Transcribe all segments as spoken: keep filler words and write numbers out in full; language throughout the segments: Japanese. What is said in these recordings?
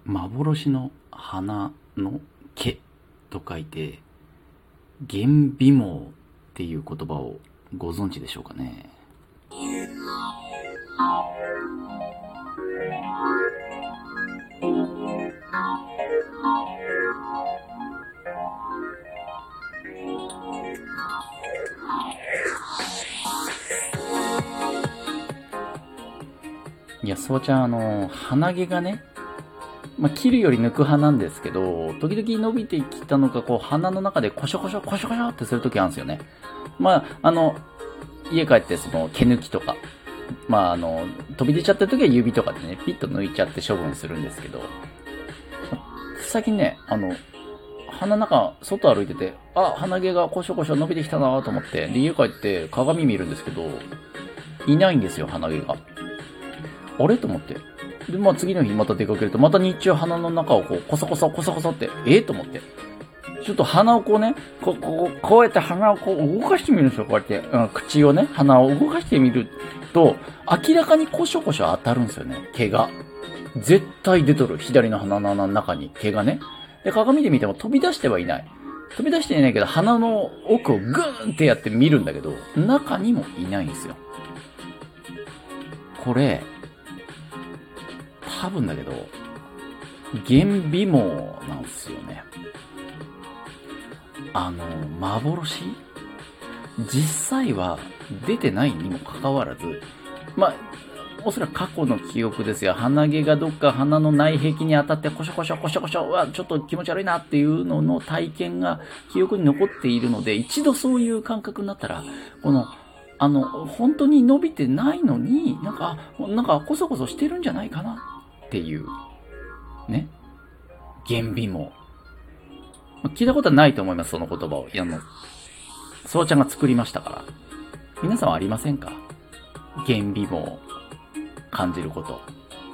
幻の花の毛と書いて幻美毛っていう言葉をご存知でしょうかね。いや、そうちゃん、あの、鼻毛がね、まあ、切るより抜く派なんですけど、時々伸びてきたのか、こう、鼻の中でコショコショ、コショコショってするときあるんですよね。まあ、あの、家帰ってその、毛抜きとか、まあ、あの、飛び出ちゃったときは指とかでね、ピッと抜いちゃって処分するんですけど、最近ね、あの、鼻の中、外歩いてて、あ、鼻毛がコショコショ伸びてきたなと思って、で、家帰って鏡見るんですけど、いないんですよ、鼻毛が。あれと思って。で、まあ次の日また出かけると、また日中鼻の中をこう、コソコソ、コソコソって、えー、と思って。ちょっと鼻をこうね、こう、こう、こうやって鼻をこう動かしてみるんですよ、こうやって。うん、口をね、鼻を動かしてみると、明らかにコショコショ当たるんですよね、毛が。絶対出とる、左の鼻の穴の中に毛がね。で、鏡で見ても飛び出してはいない。飛び出していないけど、鼻の奥をグーンってやって見るんだけど、中にもいないんですよ。これ、多分だけど、幻美毛なんですよね。あの、幻？実際は出てないにもかかわらず、まあ、おそらく過去の記憶ですよ。鼻毛がどっか鼻の内壁に当たってコショコショコショコショはちょっと気持ち悪いなっていうのの体験が記憶に残っているので、一度そういう感覚になったら、この、あの、本当に伸びてないのに、なんか、なんかコソコソしてるんじゃないかなっていう、ね。幻美毛。聞いたことはないと思います、その言葉を。いや、あの、そうちゃんが作りましたから。皆さんはありませんか？幻美毛。感じること。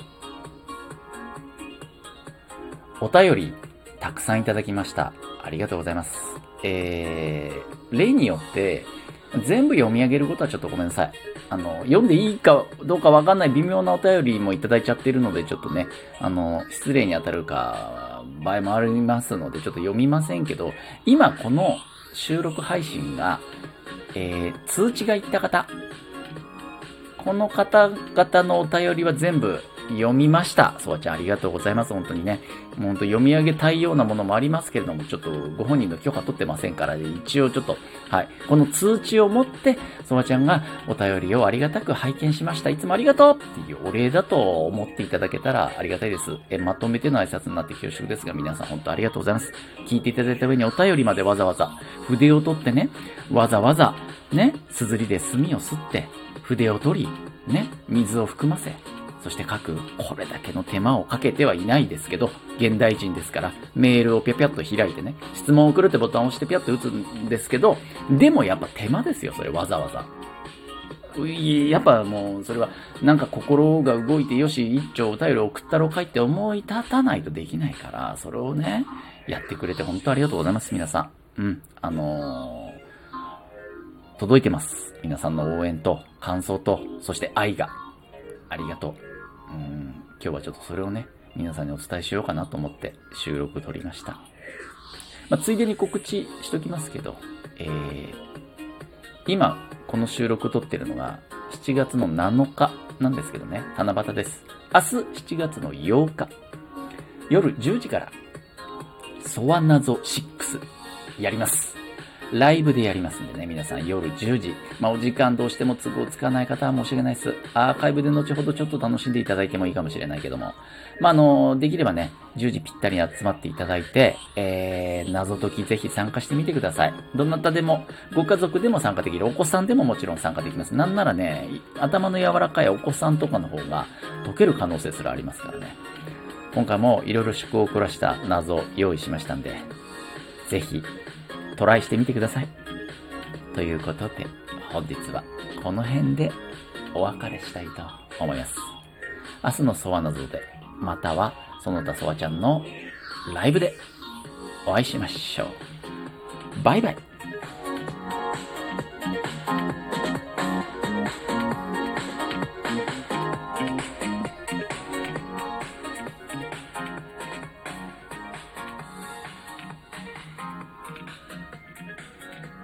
お便り、たくさんいただきました。ありがとうございます。えー、例によって、全部読み上げることはちょっとごめんなさい。あの、読んでいいかどうかわかんない微妙なお便りもいただいちゃっているので、ちょっとね、あの、失礼に当たるか、場合もありますので、ちょっと読みませんけど、今この収録配信が、えー、通知がいった方、この方々のお便りは全部読みました。そうちゃんありがとうございます。本当にね。もう本当読み上げたいようなものもありますけれども、ちょっとご本人の許可取ってませんから、一応ちょっと、はい。この通知を持って、そうちゃんがお便りをありがたく拝見しました。いつもありがとうっていうお礼だと思っていただけたらありがたいです。え、まとめての挨拶になって恐縮ですが、皆さん本当ありがとうございます。聞いていただいた上にお便りまでわざわざ筆を取ってね、わざわざね、すずりで墨を吸って、筆を取り、ね、水を含ませ、そして書く、これだけの手間をかけてはいないですけど、現代人ですから、メールをぴゃぴゃっと開いてね、質問を送るってボタンを押してぴゃっと打つんですけど、でもやっぱ手間ですよ、それわざわざ。やっぱもう、それは、なんか心が動いて、よし、一丁お便りを送ったろうかいって思い立たないとできないから、それをね、やってくれて本当ありがとうございます、皆さん。うん、あのー、届いてます。皆さんの応援と、感想と、そして愛が。ありがとう。うん、今日はちょっとそれをね、皆さんにお伝えしようかなと思って収録撮りました。まあ、ついでに告知しときますけど、えー、今、この収録撮ってるのがしちがつのなのかなんですけどね、七夕です。明日しちがつのようか、夜じゅうじから、ソワナゾろくやります。ライブでやりますんでね、皆さん夜じゅうじ。まあ、お時間どうしても都合つかない方は申し訳ないです。アーカイブで後ほどちょっと楽しんでいただいてもいいかもしれないけども。まあ、あの、できればね、じゅうじぴったりに集まっていただいて、えー、謎解きぜひ参加してみてください。どなたでも、ご家族でも参加できる。お子さんでももちろん参加できます。なんならね、頭の柔らかいお子さんとかの方が解ける可能性すらありますからね。今回もいろいろ趣向を凝らした謎を用意しましたんで、ぜひ、トライしてみてください。ということで、本日はこの辺でお別れしたいと思います。明日のソワナゾで、またはその他ソワちゃんのライブでお会いしましょう。バイバイ。